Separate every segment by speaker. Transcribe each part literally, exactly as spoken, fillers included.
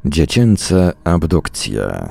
Speaker 1: Dziecięce abdukcje.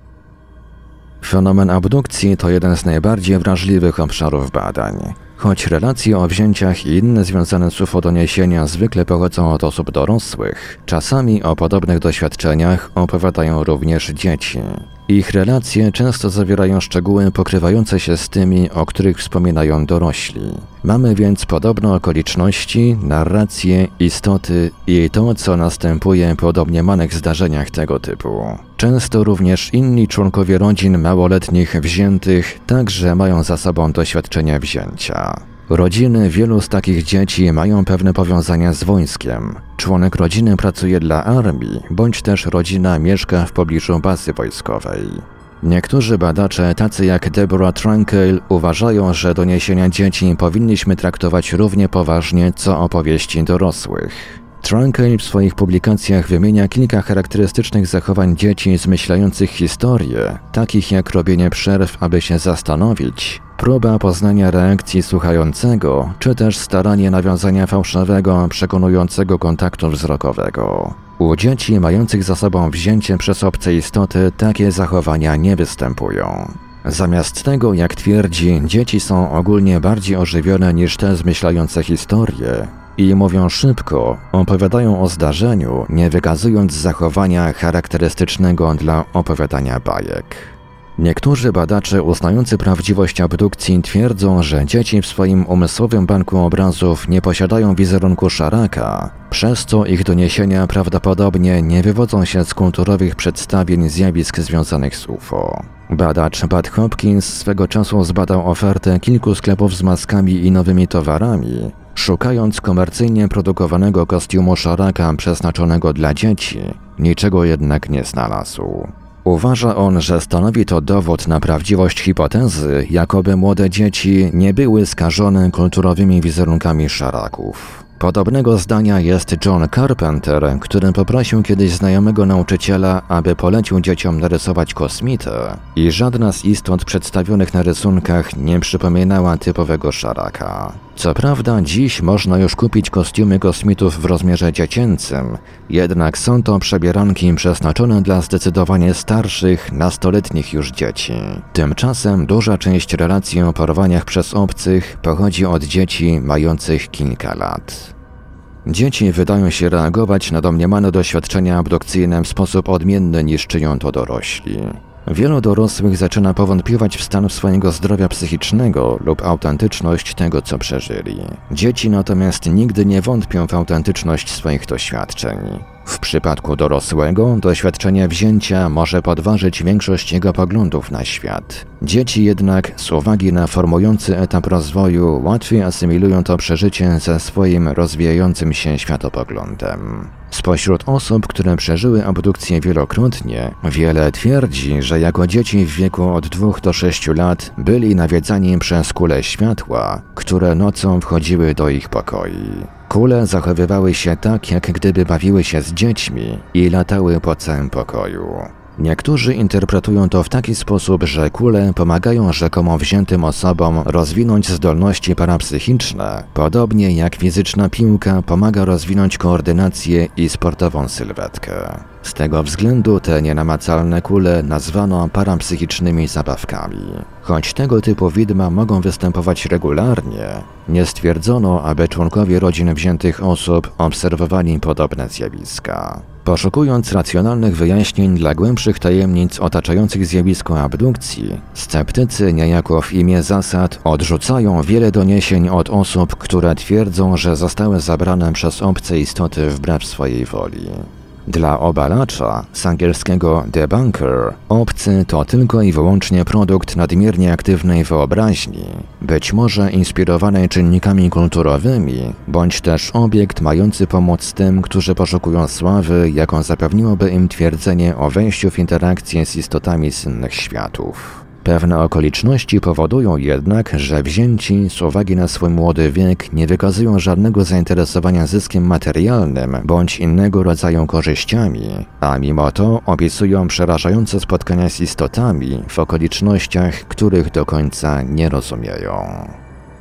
Speaker 1: Fenomen abdukcji to jeden z najbardziej wrażliwych obszarów badań. Choć relacje o wzięciach i inne związane z U F O doniesienia zwykle pochodzą od osób dorosłych, czasami o podobnych doświadczeniach opowiadają również dzieci. Ich relacje często zawierają szczegóły pokrywające się z tymi, o których wspominają dorośli. Mamy więc podobne okoliczności, narracje, istoty i to, co następuje po domniemanych zdarzeniach tego typu. Często również inni członkowie rodzin małoletnich wziętych także mają za sobą doświadczenia wzięcia. Rodziny wielu z takich dzieci mają pewne powiązania z wojskiem. Członek rodziny pracuje dla armii, bądź też rodzina mieszka w pobliżu bazy wojskowej. Niektórzy badacze, tacy jak Deborah Trunkale, uważają, że doniesienia dzieci powinniśmy traktować równie poważnie, co opowieści dorosłych. Trunkale w swoich publikacjach wymienia kilka charakterystycznych zachowań dzieci zmyślających historię, takich jak robienie przerw, aby się zastanowić, próba poznania reakcji słuchającego, czy też staranie nawiązania fałszywego, przekonującego kontaktu wzrokowego. U dzieci mających za sobą wzięcie przez obce istoty takie zachowania nie występują. Zamiast tego, jak twierdzi, dzieci są ogólnie bardziej ożywione niż te zmyślające historie i mówią szybko, opowiadają o zdarzeniu, nie wykazując zachowania charakterystycznego dla opowiadania bajek. Niektórzy badacze uznający prawdziwość abdukcji twierdzą, że dzieci w swoim umysłowym banku obrazów nie posiadają wizerunku szaraka, przez co ich doniesienia prawdopodobnie nie wywodzą się z kulturowych przedstawień zjawisk związanych z U F O. Badacz Bud Hopkins swego czasu zbadał ofertę kilku sklepów z maskami i nowymi towarami, szukając komercyjnie produkowanego kostiumu szaraka przeznaczonego dla dzieci, niczego jednak nie znalazł. Uważa on, że stanowi to dowód na prawdziwość hipotezy, jakoby młode dzieci nie były skażone kulturowymi wizerunkami szaraków. Podobnego zdania jest John Carpenter, który poprosił kiedyś znajomego nauczyciela, aby polecił dzieciom narysować kosmitę i żadna z istot przedstawionych na rysunkach nie przypominała typowego szaraka. Co prawda dziś można już kupić kostiumy kosmitów w rozmiarze dziecięcym, jednak są to przebieranki przeznaczone dla zdecydowanie starszych, nastoletnich już dzieci. Tymczasem duża część relacji o porwaniach przez obcych pochodzi od dzieci mających kilka lat. Dzieci wydają się reagować na domniemane doświadczenia abdukcyjne w sposób odmienny niż czynią to dorośli. Wielu dorosłych zaczyna powątpiewać w stan swojego zdrowia psychicznego lub autentyczność tego, co przeżyli. Dzieci natomiast nigdy nie wątpią w autentyczność swoich doświadczeń. W przypadku dorosłego doświadczenie wzięcia może podważyć większość jego poglądów na świat. Dzieci jednak z uwagi na formujący etap rozwoju łatwiej asymilują to przeżycie ze swoim rozwijającym się światopoglądem. Spośród osób, które przeżyły abdukcję wielokrotnie, wiele twierdzi, że jako dzieci w wieku od dwóch do sześciu lat byli nawiedzani przez kule światła, które nocą wchodziły do ich pokoi. Kule zachowywały się tak, jak gdyby bawiły się z dziećmi i latały po całym pokoju. Niektórzy interpretują to w taki sposób, że kule pomagają rzekomo wziętym osobom rozwinąć zdolności parapsychiczne, podobnie jak fizyczna piłka pomaga rozwinąć koordynację i sportową sylwetkę. Z tego względu te nienamacalne kule nazwano parapsychicznymi zabawkami. Choć tego typu widma mogą występować regularnie, nie stwierdzono, aby członkowie rodzin wziętych osób obserwowali podobne zjawiska. Poszukując racjonalnych wyjaśnień dla głębszych tajemnic otaczających zjawisko abdukcji, sceptycy niejako w imię zasad odrzucają wiele doniesień od osób, które twierdzą, że zostały zabrane przez obce istoty wbrew swojej woli. Dla obalacza, z angielskiego debunker, obcy to tylko i wyłącznie produkt nadmiernie aktywnej wyobraźni, być może inspirowanej czynnikami kulturowymi, bądź też obiekt mający pomóc tym, którzy poszukują sławy, jaką zapewniłoby im twierdzenie o wejściu w interakcję z istotami z innych światów. Pewne okoliczności powodują jednak, że wzięci z uwagi na swój młody wiek nie wykazują żadnego zainteresowania zyskiem materialnym bądź innego rodzaju korzyściami, a mimo to opisują przerażające spotkania z istotami w okolicznościach, których do końca nie rozumieją.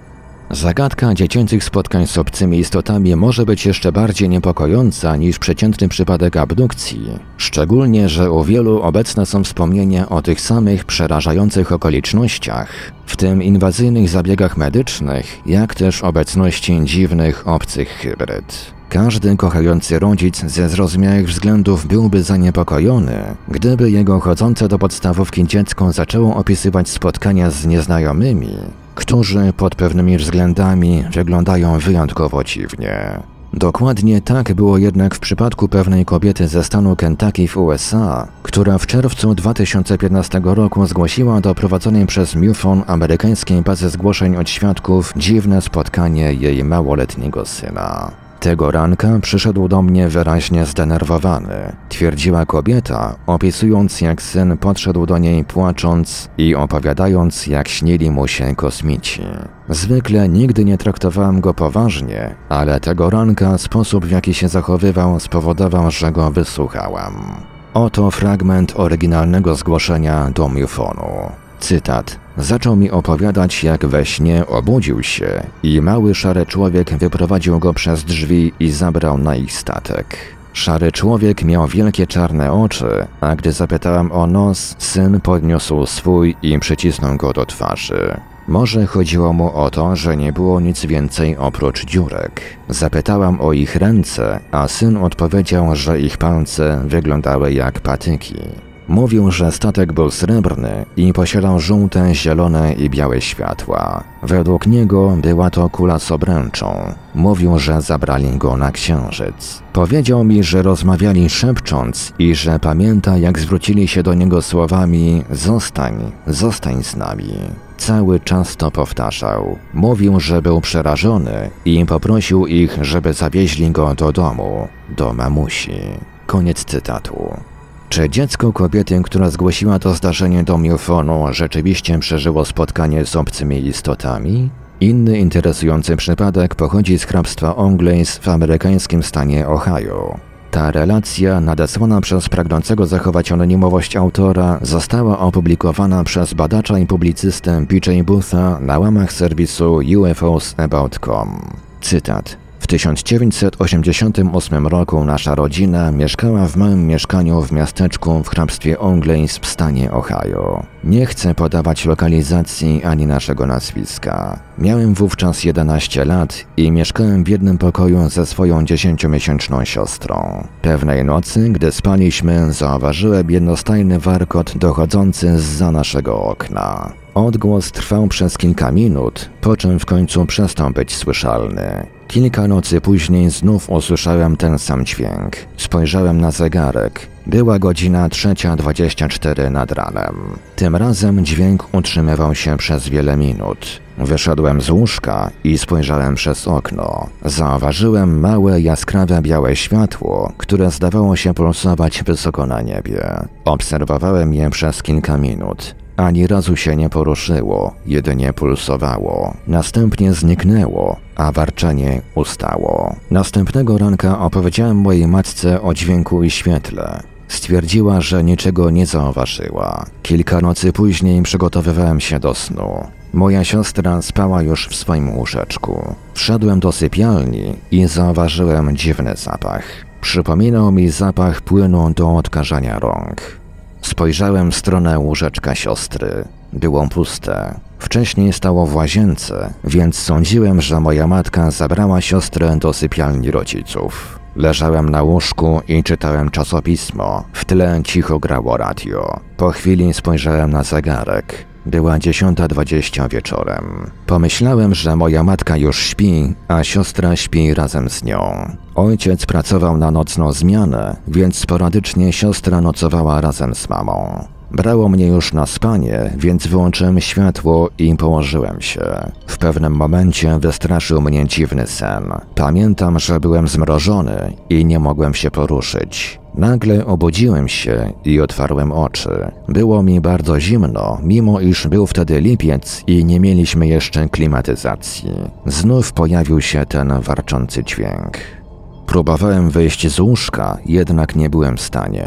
Speaker 1: Zagadka dziecięcych spotkań z obcymi istotami może być jeszcze bardziej niepokojąca niż przeciętny przypadek abdukcji. Szczególnie, że u wielu obecne są wspomnienia o tych samych przerażających okolicznościach, w tym inwazyjnych zabiegach medycznych, jak też obecności dziwnych, obcych hybryd. Każdy kochający rodzic ze zrozumiałych względów byłby zaniepokojony, gdyby jego chodzące do podstawówki dziecko zaczęło opisywać spotkania z nieznajomymi, którzy pod pewnymi względami wyglądają wyjątkowo dziwnie. Dokładnie tak było jednak w przypadku pewnej kobiety ze stanu Kentucky w U S A, która w czerwcu dwa tysiące piętnastego roku zgłosiła do prowadzonej przez MUFON amerykańskiej bazy zgłoszeń od świadków dziwne spotkanie jej małoletniego syna. Tego ranka przyszedł do mnie wyraźnie zdenerwowany, twierdziła kobieta, opisując jak syn podszedł do niej płacząc i opowiadając jak śnili mu się kosmici. Zwykle nigdy nie traktowałem go poważnie, ale tego ranka sposób w jaki się zachowywał spowodował, że go wysłuchałam. Oto fragment oryginalnego zgłoszenia do MUFONu. Cytat. Zaczął mi opowiadać, jak we śnie obudził się i mały szary człowiek wyprowadził go przez drzwi i zabrał na ich statek. Szary człowiek miał wielkie czarne oczy, a gdy zapytałem o nos, syn podniósł swój i przycisnął go do twarzy. Może chodziło mu o to, że nie było nic więcej oprócz dziurek. Zapytałam o ich ręce, a syn odpowiedział, że ich palce wyglądały jak patyki. Mówił, że statek był srebrny i posiadał żółte, zielone i białe światła. Według niego była to kula z obręczą. Mówił, że zabrali go na księżyc. Powiedział mi, że rozmawiali szepcząc i że pamięta, jak zwrócili się do niego słowami „Zostań, zostań z nami”. Cały czas to powtarzał. Mówił, że był przerażony i poprosił ich, żeby zawieźli go do domu, do mamusi. Koniec cytatu. Czy dziecko kobiety, która zgłosiła to zdarzenie do MUFONu, rzeczywiście przeżyło spotkanie z obcymi istotami? Inny interesujący przypadek pochodzi z hrabstwa Ongleys w amerykańskim stanie Ohio. Ta relacja, nadesłana przez pragnącego zachować anonimowość autora, została opublikowana przez badacza i publicystę P J Bootha na łamach serwisu U F Os about kropka com. Cytat. W tysiąc dziewięćset osiemdziesiątym ósmym roku nasza rodzina mieszkała w małym mieszkaniu w miasteczku w hrabstwie Ongleys w stanie Ohio. Nie chcę podawać lokalizacji ani naszego nazwiska. Miałem wówczas jedenaście lat i mieszkałem w jednym pokoju ze swoją dziesięciomiesięczną siostrą. Pewnej nocy, gdy spaliśmy, zauważyłem jednostajny warkot dochodzący zza naszego okna. Odgłos trwał przez kilka minut, po czym w końcu przestał być słyszalny. Kilka nocy później znów usłyszałem ten sam dźwięk. Spojrzałem na zegarek. Była godzina trzecia dwadzieścia cztery nad ranem. Tym razem dźwięk utrzymywał się przez wiele minut. Wyszedłem z łóżka i spojrzałem przez okno. Zauważyłem małe, jaskrawe białe światło, które zdawało się pulsować wysoko na niebie. Obserwowałem je przez kilka minut. Ani razu się nie poruszyło, jedynie pulsowało. Następnie zniknęło, a warczenie ustało. Następnego ranka opowiedziałem mojej matce o dźwięku i świetle. Stwierdziła, że niczego nie zauważyła. Kilka nocy później przygotowywałem się do snu. Moja siostra spała już w swoim łóżeczku. Wszedłem do sypialni i zauważyłem dziwny zapach. Przypominał mi zapach płynu do odkażania rąk. Spojrzałem w stronę łóżeczka siostry. Było puste. Wcześniej stało w łazience, więc sądziłem, że moja matka zabrała siostrę do sypialni rodziców. Leżałem na łóżku i czytałem czasopismo. W tle cicho grało radio. Po chwili spojrzałem na zegarek. Była dziesiąta dwadzieścia wieczorem. Pomyślałem, że moja matka już śpi, a siostra śpi razem z nią. Ojciec pracował na nocną zmianę, więc sporadycznie siostra nocowała razem z mamą. Brało mnie już na spanie, więc wyłączyłem światło i położyłem się. W pewnym momencie wystraszył mnie dziwny sen. Pamiętam, że byłem zmrożony i nie mogłem się poruszyć. Nagle obudziłem się i otwarłem oczy. Było mi bardzo zimno, mimo iż był wtedy lipiec i nie mieliśmy jeszcze klimatyzacji. Znów pojawił się ten warczący dźwięk. Próbowałem wyjść z łóżka, jednak nie byłem w stanie.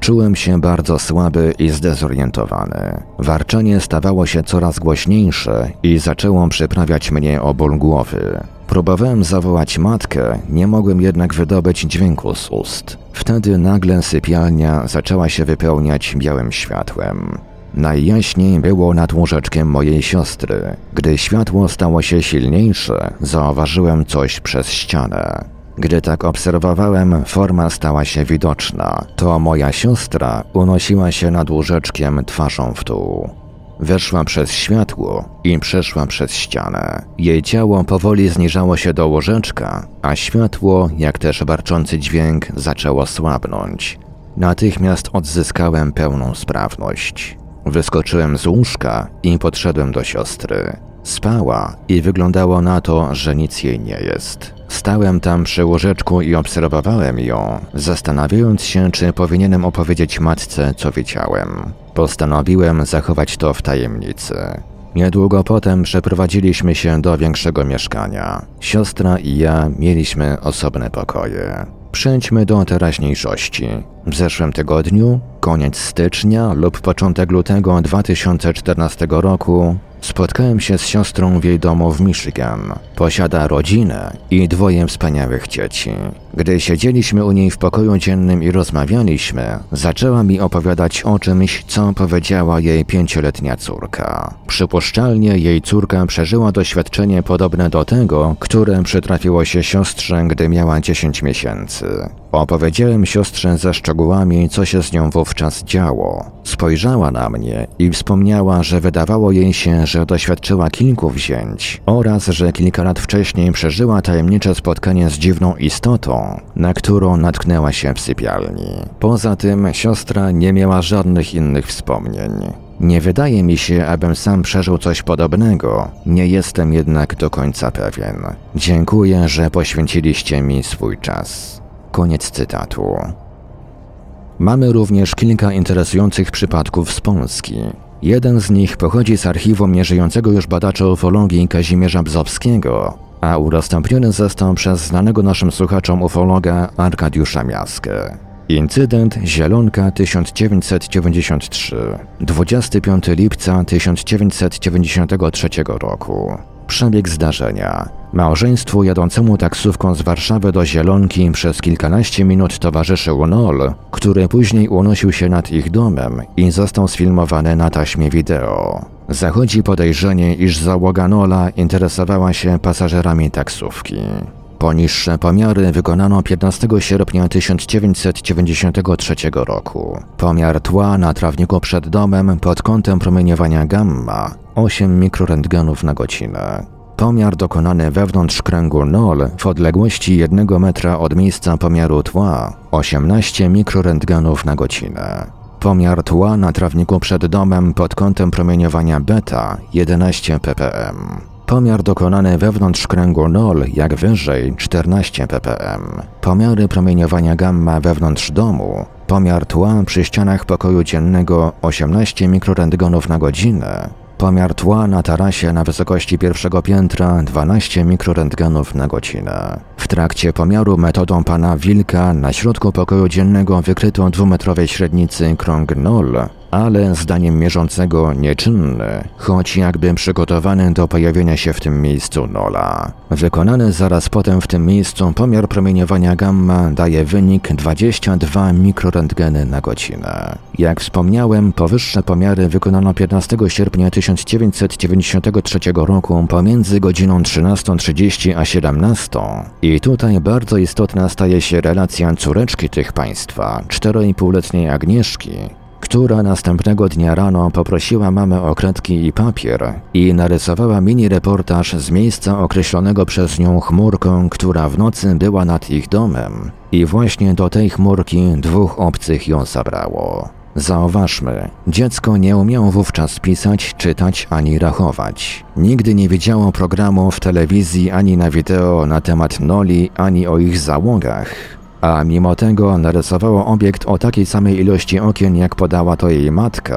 Speaker 1: Czułem się bardzo słaby i zdezorientowany. Warczenie stawało się coraz głośniejsze i zaczęło przyprawiać mnie o ból głowy. Próbowałem zawołać matkę, nie mogłem jednak wydobyć dźwięku z ust. Wtedy nagle sypialnia zaczęła się wypełniać białym światłem. Najjaśniej było nad łóżeczkiem mojej siostry. Gdy światło stało się silniejsze, zauważyłem coś przez ścianę. Gdy tak obserwowałem, forma stała się widoczna. To moja siostra unosiła się nad łóżeczkiem twarzą w dół. Weszła przez światło i przeszła przez ścianę. Jej ciało powoli zniżało się do łóżeczka, a światło, jak też warczący dźwięk, zaczęło słabnąć. Natychmiast odzyskałem pełną sprawność. Wyskoczyłem z łóżka i podszedłem do siostry. Spała i wyglądało na to, że nic jej nie jest. Stałem tam przy łóżeczku i obserwowałem ją, zastanawiając się, czy powinienem opowiedzieć matce, co widziałem. Postanowiłem zachować to w tajemnicy. Niedługo potem przeprowadziliśmy się do większego mieszkania. Siostra i ja mieliśmy osobne pokoje. Przejdźmy do teraźniejszości. W zeszłym tygodniu, koniec stycznia lub początek lutego dwa tysiące czternastego roku, spotkałem się z siostrą w jej domu w Michigan. Posiada rodzinę i dwoje wspaniałych dzieci. Gdy siedzieliśmy u niej w pokoju dziennym i rozmawialiśmy, zaczęła mi opowiadać o czymś, co powiedziała jej pięcioletnia córka. Przypuszczalnie jej córka przeżyła doświadczenie podobne do tego, które przytrafiło się siostrze, gdy miała dziesięć miesięcy. Opowiedziałem siostrze ze szczegółami, co się z nią wówczas działo. Spojrzała na mnie i wspomniała, że wydawało jej się, że doświadczyła kilku wzięć oraz, że kilka lat wcześniej przeżyła tajemnicze spotkanie z dziwną istotą, na którą natknęła się w sypialni. Poza tym siostra nie miała żadnych innych wspomnień. Nie wydaje mi się, abym sam przeżył coś podobnego, nie jestem jednak do końca pewien. Dziękuję, że poświęciliście mi swój czas. Koniec cytatu. Mamy również kilka interesujących przypadków z Polski. Jeden z nich pochodzi z archiwum nieżyjącego już badacza ufologii Kazimierza Bzowskiego, a udostępniony został przez znanego naszym słuchaczom ufologa Arkadiusza Miaskę. Incydent Zielonka tysiąc dziewięćset dziewięćdziesiąt trzy, dwudziestego piątego lipca tysiąc dziewięćset dziewięćdziesiątego trzeciego roku. Przebieg zdarzenia. Małżeństwu jadącemu taksówką z Warszawy do Zielonki przez kilkanaście minut towarzyszył Nol, który później unosił się nad ich domem i został sfilmowany na taśmie wideo. Zachodzi podejrzenie, iż załoga Nola interesowała się pasażerami taksówki. Poniższe pomiary wykonano piętnastego sierpnia tysiąc dziewięćset dziewięćdziesiątego trzeciego roku. Pomiar tła na trawniku przed domem pod kątem promieniowania gamma osiem mikrorentgenów na godzinę. Pomiar dokonany wewnątrz kręgu Nol w odległości jednego metra od miejsca pomiaru tła osiemnaście mikrorentgenów na godzinę. Pomiar tła na trawniku przed domem pod kątem promieniowania beta jedenaście ppm. Pomiar dokonany wewnątrz kręgu Nol, jak wyżej, czternaście ppm. Pomiary promieniowania gamma wewnątrz domu. Pomiar tła przy ścianach pokoju dziennego osiemnaście mikrorentgenów na godzinę. Pomiar tła na tarasie na wysokości pierwszego piętra dwanaście mikrorentgenów na godzinę. W trakcie pomiaru metodą pana Wilka na środku pokoju dziennego wykryto dwumetrowej średnicy krąg Nol, ale zdaniem mierzącego nieczynny, choć jakby przygotowany do pojawienia się w tym miejscu Nola. Wykonany zaraz potem w tym miejscu pomiar promieniowania gamma daje wynik dwadzieścia dwa mikrorentgeny na godzinę. Jak wspomniałem, powyższe pomiary wykonano piętnastego sierpnia tysiąc dziewięćset dziewięćdziesiątego trzeciego roku pomiędzy godziną trzynastą trzydzieści a siedemnastą. I tutaj bardzo istotna staje się relacja córeczki tych państwa, czteroipółletniej Agnieszki, która następnego dnia rano poprosiła mamę o kredki i papier i narysowała mini reportaż z miejsca określonego przez nią chmurką, która w nocy była nad ich domem i właśnie do tej chmurki dwóch obcych ją zabrało. Zauważmy, dziecko nie umiało wówczas pisać, czytać ani rachować. Nigdy nie widziało programu w telewizji ani na wideo na temat Noli, ani o ich załogach. A mimo tego narysowało obiekt o takiej samej ilości okien, jak podała to jej matka,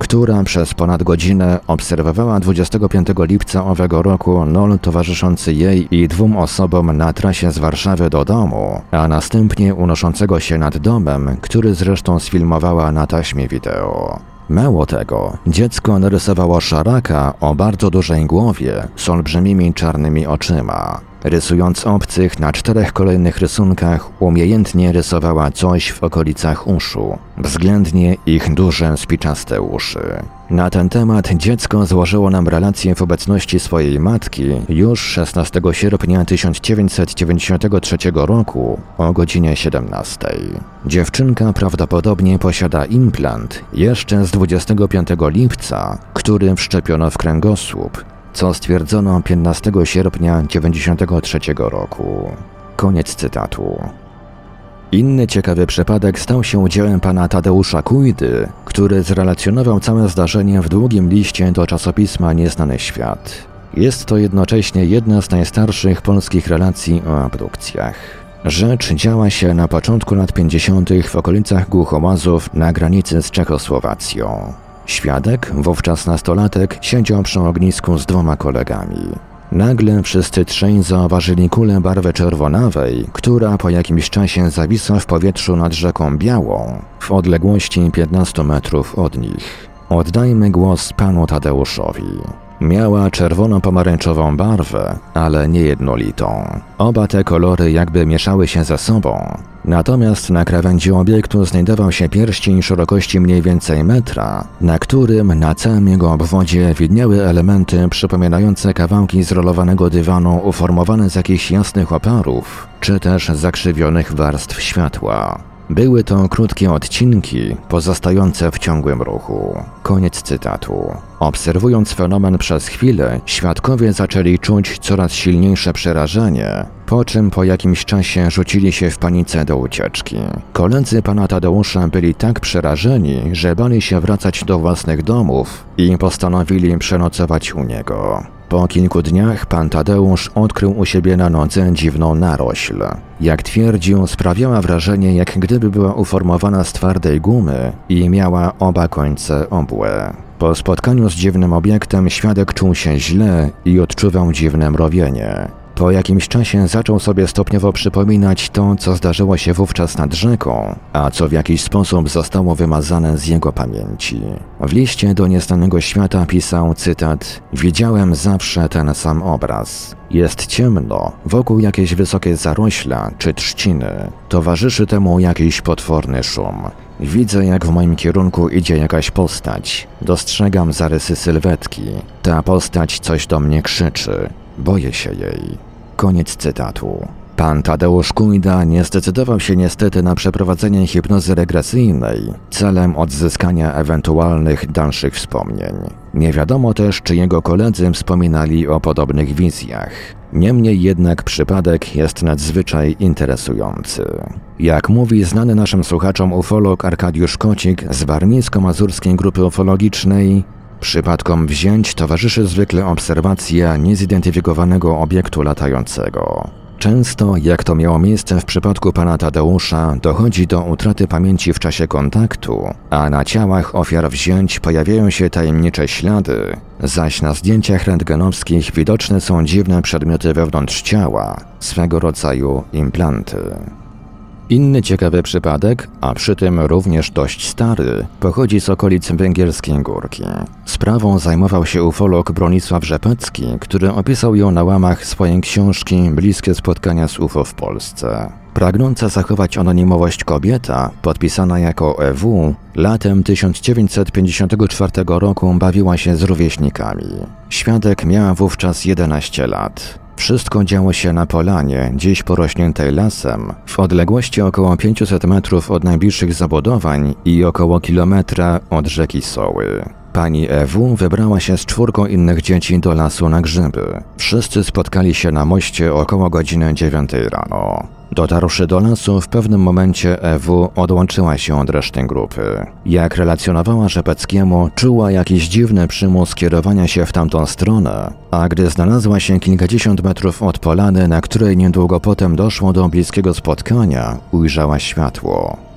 Speaker 1: która przez ponad godzinę obserwowała dwudziestego piątego lipca owego roku nol towarzyszący jej i dwóm osobom na trasie z Warszawy do domu, a następnie unoszącego się nad domem, który zresztą sfilmowała na taśmie wideo. Mało tego, dziecko narysowało szaraka o bardzo dużej głowie z olbrzymimi czarnymi oczyma. Rysując obcych na czterech kolejnych rysunkach, umiejętnie rysowała coś w okolicach uszu, względnie ich duże, spiczaste uszy. Na ten temat dziecko złożyło nam relację w obecności swojej matki już szesnastego sierpnia tysiąc dziewięćset dziewięćdziesiątego trzeciego roku o godzinie siedemnastej. Dziewczynka prawdopodobnie posiada implant jeszcze z dwudziestego piątego lipca, który wszczepiono w kręgosłup, co stwierdzono piętnastego sierpnia dziewięćdziesiątego trzeciego roku. Koniec cytatu. Inny ciekawy przypadek stał się udziałem pana Tadeusza Kujdy, który zrelacjonował całe zdarzenie w długim liście do czasopisma Nieznany Świat. Jest to jednocześnie jedna z najstarszych polskich relacji o abdukcjach. Rzecz działa się na początku lat pięćdziesiątych w okolicach Głuchołazów na granicy z Czechosłowacją. Świadek, wówczas nastolatek, siedział przy ognisku z dwoma kolegami. Nagle wszyscy trzej zauważyli kulę barwy czerwonawej, która po jakimś czasie zawisła w powietrzu nad rzeką Białą, w odległości piętnastu metrów od nich. Oddajmy głos panu Tadeuszowi. Miała czerwono-pomarańczową barwę, ale niejednolitą. Oba te kolory jakby mieszały się ze sobą. Natomiast na krawędzi obiektu znajdował się pierścień szerokości mniej więcej metra, na którym na całym jego obwodzie widniały elementy przypominające kawałki zrolowanego dywanu uformowane z jakichś jasnych oparów, czy też zakrzywionych warstw światła. Były to krótkie odcinki, pozostające w ciągłym ruchu. Koniec cytatu. Obserwując fenomen przez chwilę, świadkowie zaczęli czuć coraz silniejsze przerażenie, po czym po jakimś czasie rzucili się w panice do ucieczki. Koledzy pana Tadeusza byli tak przerażeni, że bali się wracać do własnych domów i postanowili przenocować u niego. Po kilku dniach pan Tadeusz odkrył u siebie na nodze dziwną narośl. Jak twierdził, sprawiała wrażenie, jak gdyby była uformowana z twardej gumy i miała oba końce obłe. Po spotkaniu z dziwnym obiektem świadek czuł się źle i odczuwał dziwne mrowienie. Po jakimś czasie zaczął sobie stopniowo przypominać to, co zdarzyło się wówczas nad rzeką, a co w jakiś sposób zostało wymazane z jego pamięci. W liście do Nieznanego Świata pisał, cytat: „Widziałem zawsze ten sam obraz. Jest ciemno, wokół jakieś wysokie zarośla czy trzciny. Towarzyszy temu jakiś potworny szum. Widzę, jak w moim kierunku idzie jakaś postać. Dostrzegam zarysy sylwetki. Ta postać coś do mnie krzyczy. Boję się jej”. Koniec cytatu. Pan Tadeusz Kujda nie zdecydował się niestety na przeprowadzenie hipnozy regresyjnej celem odzyskania ewentualnych dalszych wspomnień. Nie wiadomo też, czy jego koledzy wspominali o podobnych wizjach. Niemniej jednak przypadek jest nadzwyczaj interesujący. Jak mówi znany naszym słuchaczom ufolog Arkadiusz Kocik z Warmińsko-Mazurskiej Grupy Ufologicznej, przypadkom wzięć towarzyszy zwykle obserwacja niezidentyfikowanego obiektu latającego. Często, jak to miało miejsce w przypadku pana Tadeusza, dochodzi do utraty pamięci w czasie kontaktu, a na ciałach ofiar wzięć pojawiają się tajemnicze ślady, zaś na zdjęciach rentgenowskich widoczne są dziwne przedmioty wewnątrz ciała, swego rodzaju implanty. Inny ciekawy przypadek, a przy tym również dość stary, pochodzi z okolic Węgierskiej Górki. Sprawą zajmował się ufolog Bronisław Rzepecki, który opisał ją na łamach swojej książki Bliskie spotkania z U F O w Polsce. Pragnąca zachować anonimowość kobieta, podpisana jako E W, latem tysiąc dziewięćset pięćdziesiątego czwartego roku bawiła się z rówieśnikami. Świadek miała wówczas jedenaście lat. Wszystko działo się na polanie, dziś porośniętej lasem, w odległości około pięciuset metrów od najbliższych zabudowań i około kilometra od rzeki Soły. Pani E W wybrała się z czwórką innych dzieci do lasu na grzyby. Wszyscy spotkali się na moście około godziny dziewiątej rano. Dotarłszy do lasu, w pewnym momencie E W odłączyła się od reszty grupy. Jak relacjonowała Rzepeckiemu, czuła jakiś dziwny przymus kierowania się w tamtą stronę, a gdy znalazła się kilkadziesiąt metrów od polany, na której niedługo potem doszło do bliskiego spotkania, ujrzała światło.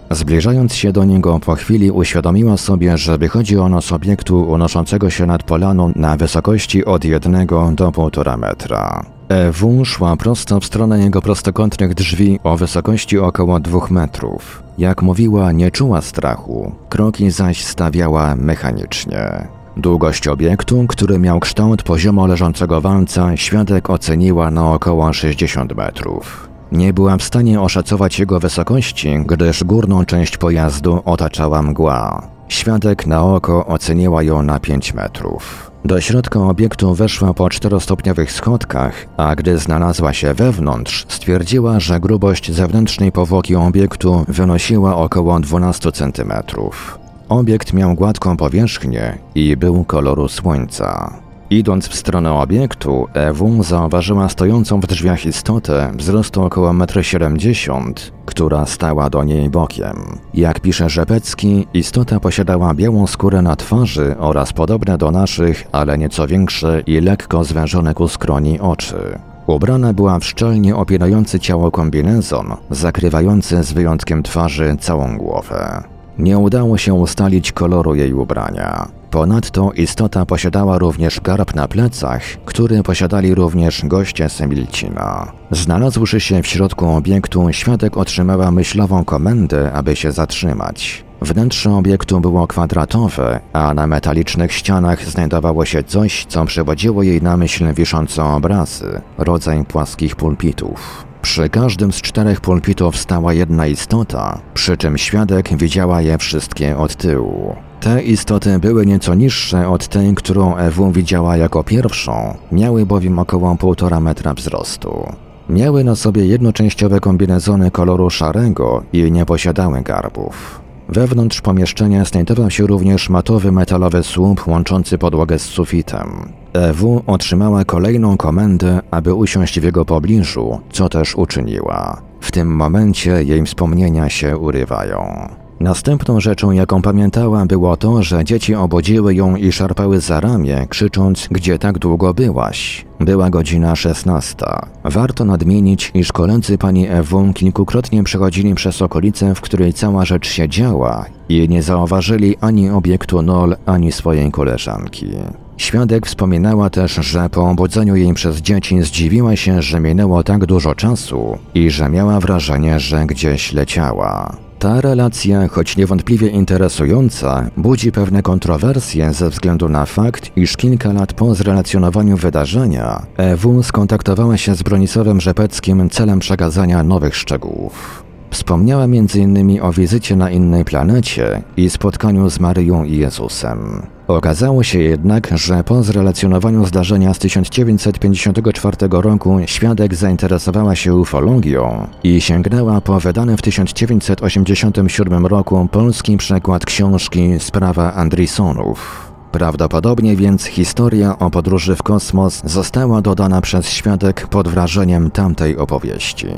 Speaker 1: Zbliżając się do niego po chwili uświadomiła sobie, że wychodzi ono z obiektu unoszącego się nad polaną na wysokości od jednego do półtora metra. E W szła prosto w stronę jego prostokątnych drzwi o wysokości około dwóch metrów. Jak mówiła, nie czuła strachu, kroki zaś stawiała mechanicznie. Długość obiektu, który miał kształt poziomo leżącego walca, świadek oceniła na około sześćdziesiąt metrów. Nie była w stanie oszacować jego wysokości, gdyż górną część pojazdu otaczała mgła. Świadek na oko oceniła ją na pięć metrów. Do środka obiektu weszła po czterostopniowych schodkach, a gdy znalazła się wewnątrz, stwierdziła, że grubość zewnętrznej powłoki obiektu wynosiła około dwanaście centymetrów. Obiekt miał gładką powierzchnię i był koloru słońca. Idąc w stronę obiektu, E W zauważyła stojącą w drzwiach istotę wzrostu około jeden siedemdziesiąt metrów, która stała do niej bokiem. Jak pisze Rzepecki, istota posiadała białą skórę na twarzy oraz podobne do naszych, ale nieco większe i lekko zwężone ku skroni oczy. Ubrana była w szczelnie opinający ciało kombinezon, zakrywający z wyjątkiem twarzy całą głowę. Nie udało się ustalić koloru jej ubrania. Ponadto istota posiadała również garb na plecach, który posiadali również goście z Emilcina. Znalazłszy się w środku obiektu, świadek otrzymała myślową komendę, aby się zatrzymać. Wnętrze obiektu było kwadratowe, a na metalicznych ścianach znajdowało się coś, co przywodziło jej na myśl wiszące obrazy, rodzaj płaskich pulpitów. Przy każdym z czterech pulpitów stała jedna istota, przy czym świadek widziała je wszystkie od tyłu. Te istoty były nieco niższe od tej, którą E W widziała jako pierwszą, miały bowiem około półtora metra wzrostu. Miały na sobie jednoczęściowe kombinezony koloru szarego i nie posiadały garbów. Wewnątrz pomieszczenia znajdował się również matowy metalowy słup łączący podłogę z sufitem. E W otrzymała kolejną komendę, aby usiąść w jego pobliżu, co też uczyniła. W tym momencie jej wspomnienia się urywają. Następną rzeczą, jaką pamiętała, było to, że dzieci obudziły ją i szarpały za ramię, krzycząc: gdzie tak długo byłaś? Była godzina szesnasta. Warto nadmienić, iż koledzy pani E W kilkukrotnie przechodzili przez okolicę, w której cała rzecz się działa i nie zauważyli ani obiektu Nol, ani swojej koleżanki. Świadek wspominała też, że po obudzeniu jej przez dzieci zdziwiła się, że minęło tak dużo czasu i że miała wrażenie, że gdzieś leciała. Ta relacja, choć niewątpliwie interesująca, budzi pewne kontrowersje ze względu na fakt, iż kilka lat po zrelacjonowaniu wydarzenia E W skontaktowała się z Bronisławem Rzepeckim celem przekazania nowych szczegółów. Wspomniała między innymi o wizycie na innej planecie i spotkaniu z Maryją i Jezusem. Okazało się jednak, że po zrelacjonowaniu zdarzenia z tysiąc dziewięćset pięćdziesiątego czwartego roku świadek zainteresowała się ufologią i sięgnęła po wydany w tysiąc dziewięćset osiemdziesiątym siódmym roku polski przekład książki Sprawa Andrisonów. Prawdopodobnie więc historia o podróży w kosmos została dodana przez świadek pod wrażeniem tamtej opowieści.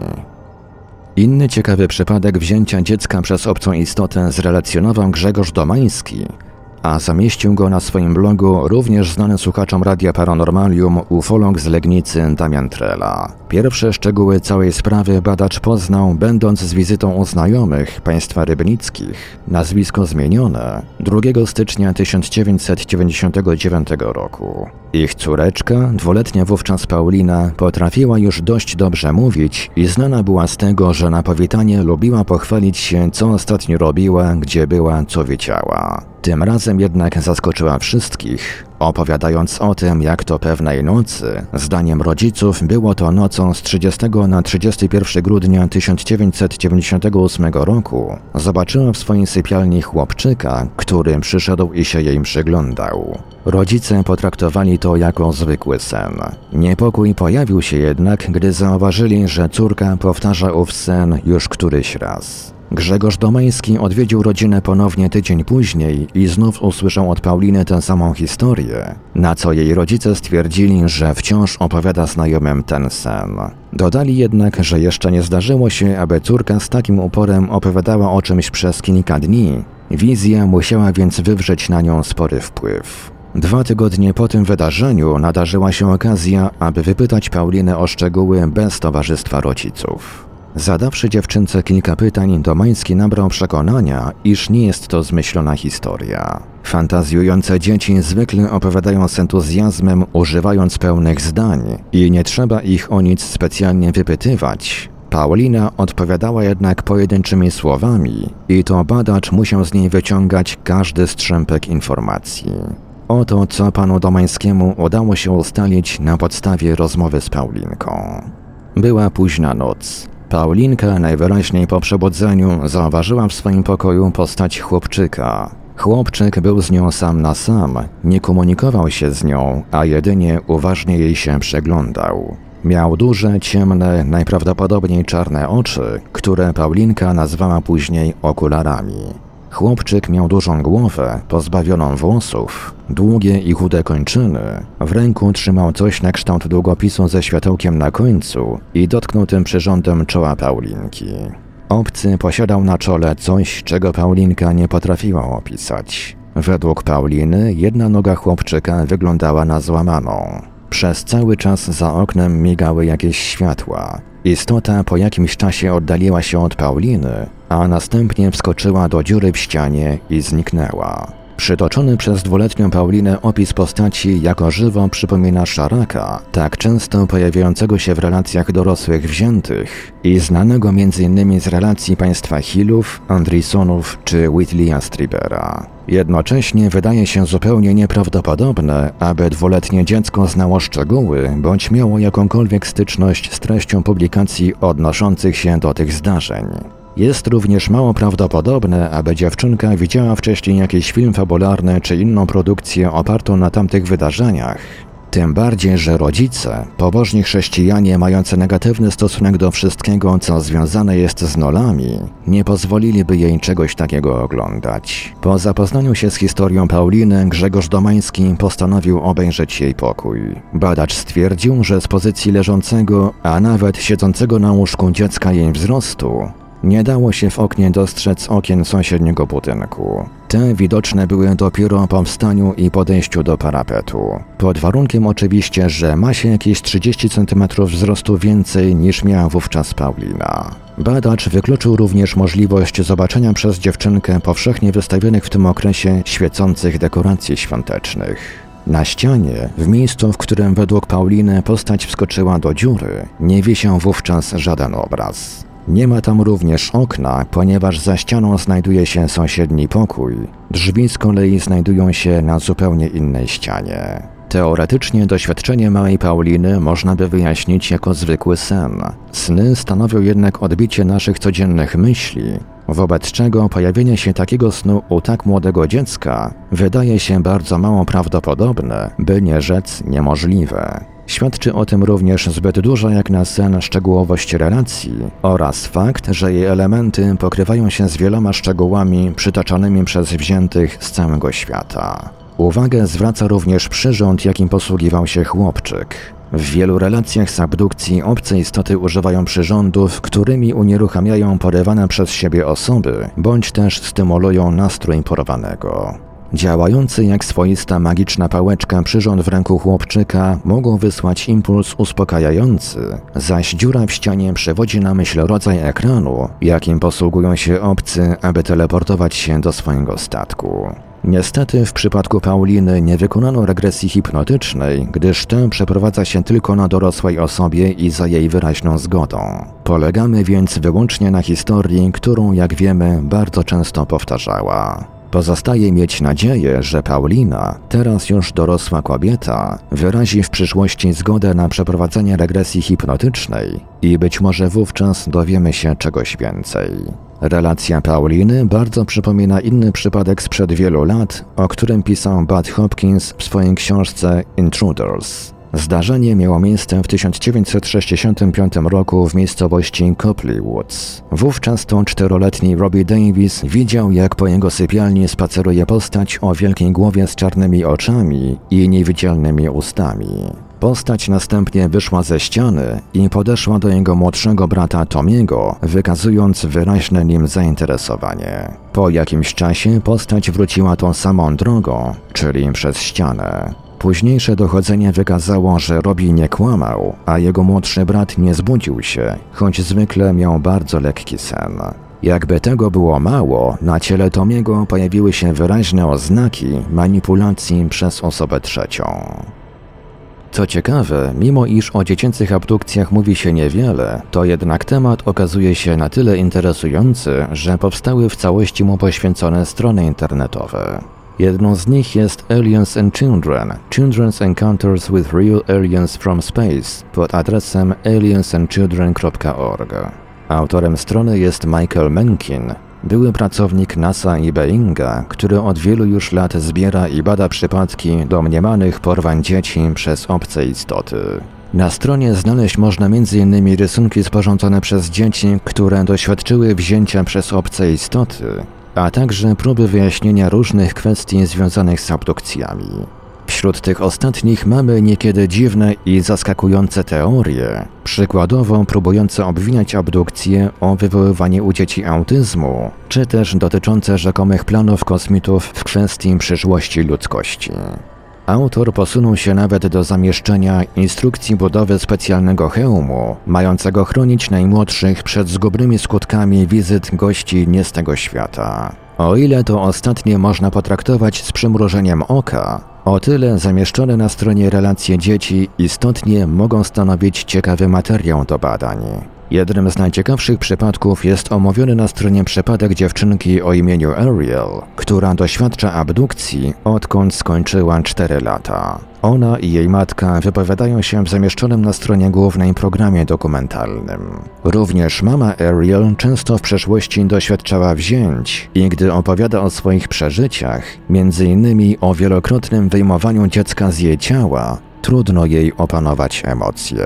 Speaker 1: Inny ciekawy przypadek wzięcia dziecka przez obcą istotę zrelacjonował Grzegorz Domański, a zamieścił go na swoim blogu również znany słuchaczom Radia Paranormalium ufolog z Legnicy Damian Trela. Pierwsze szczegóły całej sprawy badacz poznał, będąc z wizytą u znajomych państwa rybnickich, nazwisko zmienione, drugiego stycznia tysiąc dziewięćset dziewięćdziesiątego dziewiątego roku. Ich córeczka, dwuletnia wówczas Paulina, potrafiła już dość dobrze mówić i znana była z tego, że na powitanie lubiła pochwalić się, co ostatnio robiła, gdzie była, co wiedziała. Tym razem jednak zaskoczyła wszystkich, opowiadając o tym, jak to pewnej nocy, zdaniem rodziców, było to nocą z trzydziestego na trzydziestego pierwszego grudnia tysiąc dziewięćset dziewięćdziesiątego ósmego roku, zobaczyła w swojej sypialni chłopczyka, który przyszedł i się jej przyglądał. Rodzice potraktowali to jako zwykły sen. Niepokój pojawił się jednak, gdy zauważyli, że córka powtarza ów sen już któryś raz. Grzegorz Domański odwiedził rodzinę ponownie tydzień później i znów usłyszał od Pauliny tę samą historię, na co jej rodzice stwierdzili, że wciąż opowiada znajomym ten sen. Dodali jednak, że jeszcze nie zdarzyło się, aby córka z takim uporem opowiadała o czymś przez kilka dni. Wizja musiała więc wywrzeć na nią spory wpływ. Dwa tygodnie po tym wydarzeniu nadarzyła się okazja, aby wypytać Paulinę o szczegóły bez towarzystwa rodziców. Zadawszy dziewczynce kilka pytań, Domański nabrał przekonania, iż nie jest to zmyślona historia. Fantazjujące dzieci zwykle opowiadają z entuzjazmem, używając pełnych zdań i nie trzeba ich o nic specjalnie wypytywać. Paulina odpowiadała jednak pojedynczymi słowami i to badacz musiał z niej wyciągać każdy strzępek informacji. Oto co panu Domańskiemu udało się ustalić na podstawie rozmowy z Paulinką. Była późna noc. Paulinka najwyraźniej po przebudzeniu zauważyła w swoim pokoju postać chłopczyka. Chłopczyk był z nią sam na sam, nie komunikował się z nią, a jedynie uważnie jej się przyglądał. Miał duże, ciemne, najprawdopodobniej czarne oczy, które Paulinka nazwała później okularami. Chłopczyk miał dużą głowę, pozbawioną włosów, długie i chude kończyny. W ręku trzymał coś na kształt długopisu ze światełkiem na końcu i dotknął tym przyrządem czoła Paulinki. Obcy posiadał na czole coś, czego Paulinka nie potrafiła opisać. Według Pauliny jedna noga chłopczyka wyglądała na złamaną. Przez cały czas za oknem migały jakieś światła. Istota po jakimś czasie oddaliła się od Pauliny, a następnie wskoczyła do dziury w ścianie i zniknęła. Przytoczony przez dwuletnią Paulinę opis postaci jako żywo przypomina szaraka, tak często pojawiającego się w relacjach dorosłych wziętych i znanego między innymi z relacji państwa Hillów, Andreasonów czy Whitleya Stribera. Jednocześnie wydaje się zupełnie nieprawdopodobne, aby dwuletnie dziecko znało szczegóły bądź miało jakąkolwiek styczność z treścią publikacji odnoszących się do tych zdarzeń. Jest również mało prawdopodobne, aby dziewczynka widziała wcześniej jakiś film fabularny czy inną produkcję opartą na tamtych wydarzeniach. Tym bardziej, że rodzice, pobożni chrześcijanie mający negatywny stosunek do wszystkiego, co związane jest z Nolami, nie pozwoliliby jej czegoś takiego oglądać. Po zapoznaniu się z historią Pauliny, Grzegorz Domański postanowił obejrzeć jej pokój. Badacz stwierdził, że z pozycji leżącego, a nawet siedzącego na łóżku dziecka jej wzrostu, nie dało się w oknie dostrzec okien sąsiedniego budynku. Te widoczne były dopiero po wstaniu i podejściu do parapetu. Pod warunkiem oczywiście, że ma się jakieś trzydzieści centymetrów wzrostu więcej niż miała wówczas Paulina. Badacz wykluczył również możliwość zobaczenia przez dziewczynkę powszechnie wystawionych w tym okresie świecących dekoracji świątecznych. Na ścianie, w miejscu, w którym według Pauliny postać wskoczyła do dziury, nie wisiał wówczas żaden obraz. Nie ma tam również okna, ponieważ za ścianą znajduje się sąsiedni pokój. Drzwi z kolei znajdują się na zupełnie innej ścianie. Teoretycznie doświadczenie małej Pauliny można by wyjaśnić jako zwykły sen. Sny stanowią jednak odbicie naszych codziennych myśli, wobec czego pojawienie się takiego snu u tak młodego dziecka wydaje się bardzo mało prawdopodobne, by nie rzec niemożliwe. Świadczy o tym również zbyt duża jak na sen szczegółowość relacji oraz fakt, że jej elementy pokrywają się z wieloma szczegółami przytaczanymi przez wziętych z całego świata. Uwagę zwraca również przyrząd, jakim posługiwał się chłopczyk. W wielu relacjach z abdukcji obce istoty używają przyrządów, którymi unieruchamiają porywane przez siebie osoby, bądź też stymulują nastrój porwanego. Działający jak swoista magiczna pałeczka przyrząd w ręku chłopczyka mogą wysłać impuls uspokajający, zaś dziura w ścianie przewodzi na myśl rodzaj ekranu, jakim posługują się obcy, aby teleportować się do swojego statku. Niestety w przypadku Pauliny nie wykonano regresji hipnotycznej, gdyż tę przeprowadza się tylko na dorosłej osobie i za jej wyraźną zgodą. Polegamy więc wyłącznie na historii, którą, jak wiemy, bardzo często powtarzała. Pozostaje mieć nadzieję, że Paulina, teraz już dorosła kobieta, wyrazi w przyszłości zgodę na przeprowadzenie regresji hipnotycznej i być może wówczas dowiemy się czegoś więcej. Relacja Pauliny bardzo przypomina inny przypadek sprzed wielu lat, o którym pisał Bud Hopkins w swojej książce Intruders. Zdarzenie miało miejsce w tysiąc dziewięćset sześćdziesiątym piątym roku w miejscowości Copley Woods. Wówczas to czteroletni Robbie Davis widział, jak po jego sypialni spaceruje postać o wielkiej głowie z czarnymi oczami i niewidzialnymi ustami. Postać następnie wyszła ze ściany i podeszła do jego młodszego brata Tomiego, wykazując wyraźne nim zainteresowanie. Po jakimś czasie postać wróciła tą samą drogą, czyli przez ścianę. Późniejsze dochodzenie wykazało, że Robbie nie kłamał, a jego młodszy brat nie zbudził się, choć zwykle miał bardzo lekki sen. Jakby tego było mało, na ciele Tomiego pojawiły się wyraźne oznaki manipulacji przez osobę trzecią. Co ciekawe, mimo iż o dziecięcych abdukcjach mówi się niewiele, to jednak temat okazuje się na tyle interesujący, że powstały w całości mu poświęcone strony internetowe. Jedną z nich jest Aliens and Children – Children's Encounters with Real Aliens from Space pod adresem aliens and children kropka org. Autorem strony jest Michael Menkin, były pracownik NASA i Boeinga, który od wielu już lat zbiera i bada przypadki domniemanych porwań dzieci przez obce istoty. Na stronie znaleźć można między innymi rysunki sporządzone przez dzieci, które doświadczyły wzięcia przez obce istoty, a także próby wyjaśnienia różnych kwestii związanych z abdukcjami. Wśród tych ostatnich mamy niekiedy dziwne i zaskakujące teorie, przykładowo próbujące obwiniać abdukcje o wywoływanie u dzieci autyzmu, czy też dotyczące rzekomych planów kosmitów w kwestii przyszłości ludzkości. Autor posunął się nawet do zamieszczenia instrukcji budowy specjalnego hełmu, mającego chronić najmłodszych przed zgubnymi skutkami wizyt gości nie z tego świata. O ile to ostatnie można potraktować z przymrużeniem oka, o tyle zamieszczone na stronie relacje dzieci istotnie mogą stanowić ciekawy materiał do badań. Jednym z najciekawszych przypadków jest omówiony na stronie przypadek dziewczynki o imieniu Ariel, która doświadcza abdukcji, odkąd skończyła cztery lata. Ona i jej matka wypowiadają się w zamieszczonym na stronie głównej programie dokumentalnym. Również mama Ariel często w przeszłości doświadczała wzięć i gdy opowiada o swoich przeżyciach, między innymi o wielokrotnym wyjmowaniu dziecka z jej ciała, trudno jej opanować emocje.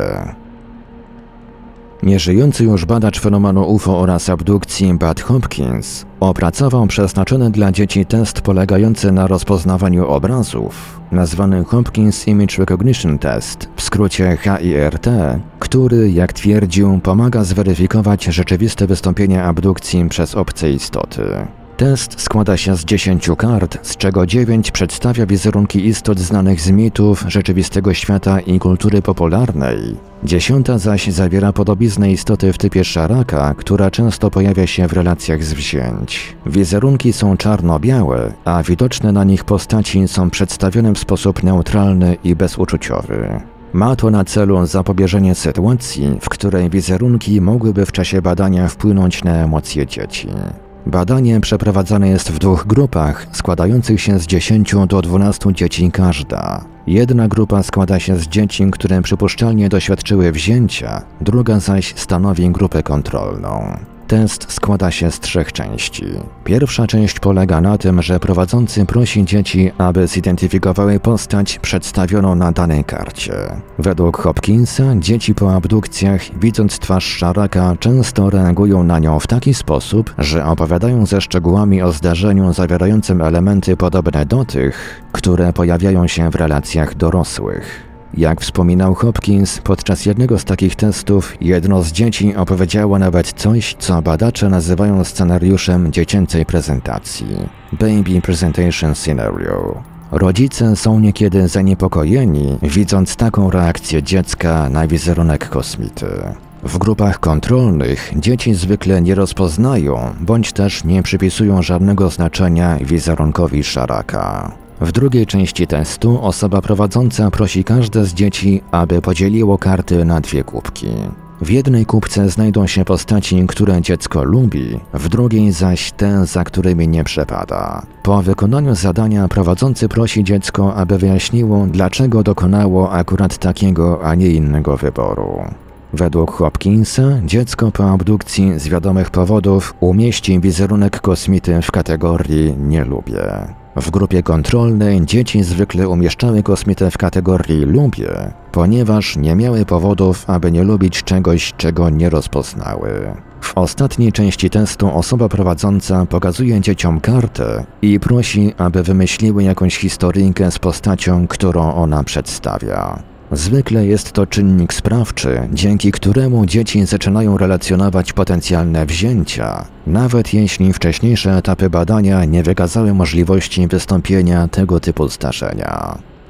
Speaker 1: Nieżyjący już badacz fenomenu U F O oraz abdukcji Bud Hopkins opracował przeznaczony dla dzieci test polegający na rozpoznawaniu obrazów, nazwany Hopkins Image Recognition Test, w skrócie H I R T, który, jak twierdził, pomaga zweryfikować rzeczywiste wystąpienie abdukcji przez obce istoty. Test składa się z dziesięciu kart, z czego dziewięć przedstawia wizerunki istot znanych z mitów, rzeczywistego świata i kultury popularnej. Dziesiąta zaś zawiera podobiznę istoty w typie szaraka, która często pojawia się w relacjach z wzięć. Wizerunki są czarno-białe, a widoczne na nich postaci są przedstawione w sposób neutralny i bezuczuciowy. Ma to na celu zapobieżenie sytuacji, w której wizerunki mogłyby w czasie badania wpłynąć na emocje dzieci. Badanie przeprowadzane jest w dwóch grupach, składających się z dziesięciu do dwunastu dzieci każda. Jedna grupa składa się z dzieci, które przypuszczalnie doświadczyły wzięcia, druga zaś stanowi grupę kontrolną. Test składa się z trzech części. Pierwsza część polega na tym, że prowadzący prosi dzieci, aby zidentyfikowały postać przedstawioną na danej karcie. Według Hopkinsa dzieci po abdukcjach, widząc twarz szaraka, często reagują na nią w taki sposób, że opowiadają ze szczegółami o zdarzeniu zawierającym elementy podobne do tych, które pojawiają się w relacjach dorosłych. Jak wspominał Hopkins, podczas jednego z takich testów jedno z dzieci opowiedziało nawet coś, co badacze nazywają scenariuszem dziecięcej prezentacji – Baby Presentation Scenario. Rodzice są niekiedy zaniepokojeni, widząc taką reakcję dziecka na wizerunek kosmity. W grupach kontrolnych dzieci zwykle nie rozpoznają, bądź też nie przypisują żadnego znaczenia wizerunkowi szaraka. W drugiej części testu osoba prowadząca prosi każde z dzieci, aby podzieliło karty na dwie kubki. W jednej kubce znajdą się postaci, które dziecko lubi, w drugiej zaś te, za którymi nie przepada. Po wykonaniu zadania prowadzący prosi dziecko, aby wyjaśniło, dlaczego dokonało akurat takiego, a nie innego wyboru. Według Hopkinsa dziecko po abdukcji z wiadomych powodów umieści wizerunek kosmity w kategorii „nie lubię”. W grupie kontrolnej dzieci zwykle umieszczały kosmitę w kategorii „lubię”, ponieważ nie miały powodów, aby nie lubić czegoś, czego nie rozpoznały. W ostatniej części testu osoba prowadząca pokazuje dzieciom kartę i prosi, aby wymyśliły jakąś historyjkę z postacią, którą ona przedstawia. Zwykle jest to czynnik sprawczy, dzięki któremu dzieci zaczynają relacjonować potencjalne wzięcia, nawet jeśli wcześniejsze etapy badania nie wykazały możliwości wystąpienia tego typu zdarzenia.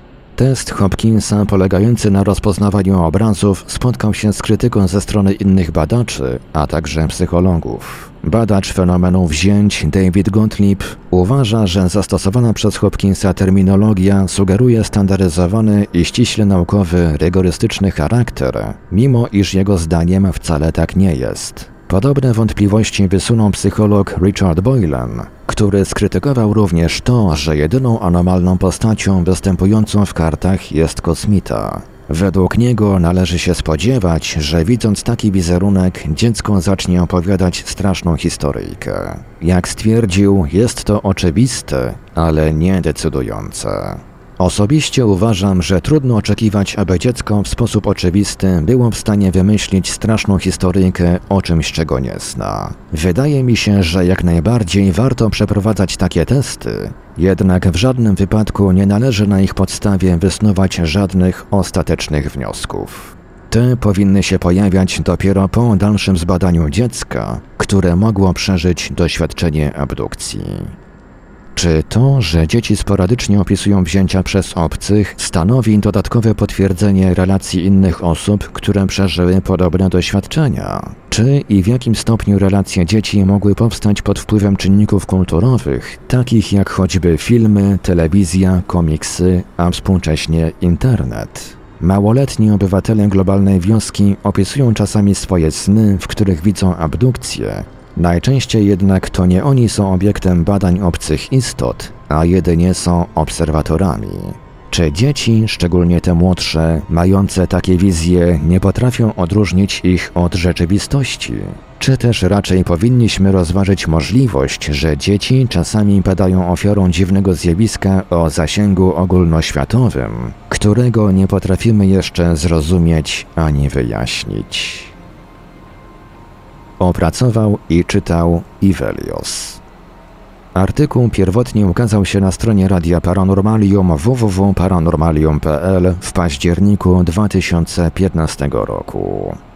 Speaker 1: Test Hopkinsa polegający na rozpoznawaniu obrazów spotkał się z krytyką ze strony innych badaczy, a także psychologów. Badacz fenomenu wzięć David Gottlieb uważa, że zastosowana przez Hopkinsa terminologia sugeruje standaryzowany i ściśle naukowy, rygorystyczny charakter, mimo iż jego zdaniem wcale tak nie jest. Podobne wątpliwości wysunął psycholog Richard Boylan, który skrytykował również to, że jedyną anomalną postacią występującą w kartach jest kosmita. Według niego należy się spodziewać, że widząc taki wizerunek, dziecko zacznie opowiadać straszną historyjkę. Jak stwierdził, jest to oczywiste, ale nie decydujące. Osobiście uważam, że trudno oczekiwać, aby dziecko w sposób oczywisty było w stanie wymyślić straszną historyjkę o czymś, czego nie zna. Wydaje mi się, że jak najbardziej warto przeprowadzać takie testy, jednak w żadnym wypadku nie należy na ich podstawie wysnuwać żadnych ostatecznych wniosków. Te powinny się pojawiać dopiero po dalszym zbadaniu dziecka, które mogło przeżyć doświadczenie abdukcji. Czy to, że dzieci sporadycznie opisują wzięcia przez obcych, stanowi dodatkowe potwierdzenie relacji innych osób, które przeżyły podobne doświadczenia? Czy i w jakim stopniu relacje dzieci mogły powstać pod wpływem czynników kulturowych, takich jak choćby filmy, telewizja, komiksy, a współcześnie internet? Małoletni obywatele globalnej wioski opisują czasami swoje sny, w których widzą abdukcje. Najczęściej jednak to nie oni są obiektem badań obcych istot, a jedynie są obserwatorami. Czy dzieci, szczególnie te młodsze, mające takie wizje, nie potrafią odróżnić ich od rzeczywistości? Czy też raczej powinniśmy rozważyć możliwość, że dzieci czasami padają ofiarą dziwnego zjawiska o zasięgu ogólnoświatowym, którego nie potrafimy jeszcze zrozumieć ani wyjaśnić? Opracował i czytał Ivelios. Artykuł pierwotnie ukazał się na stronie Radia Paranormalium w w w kropka paranormalium kropka p l w październiku dwa tysiące piętnastego roku.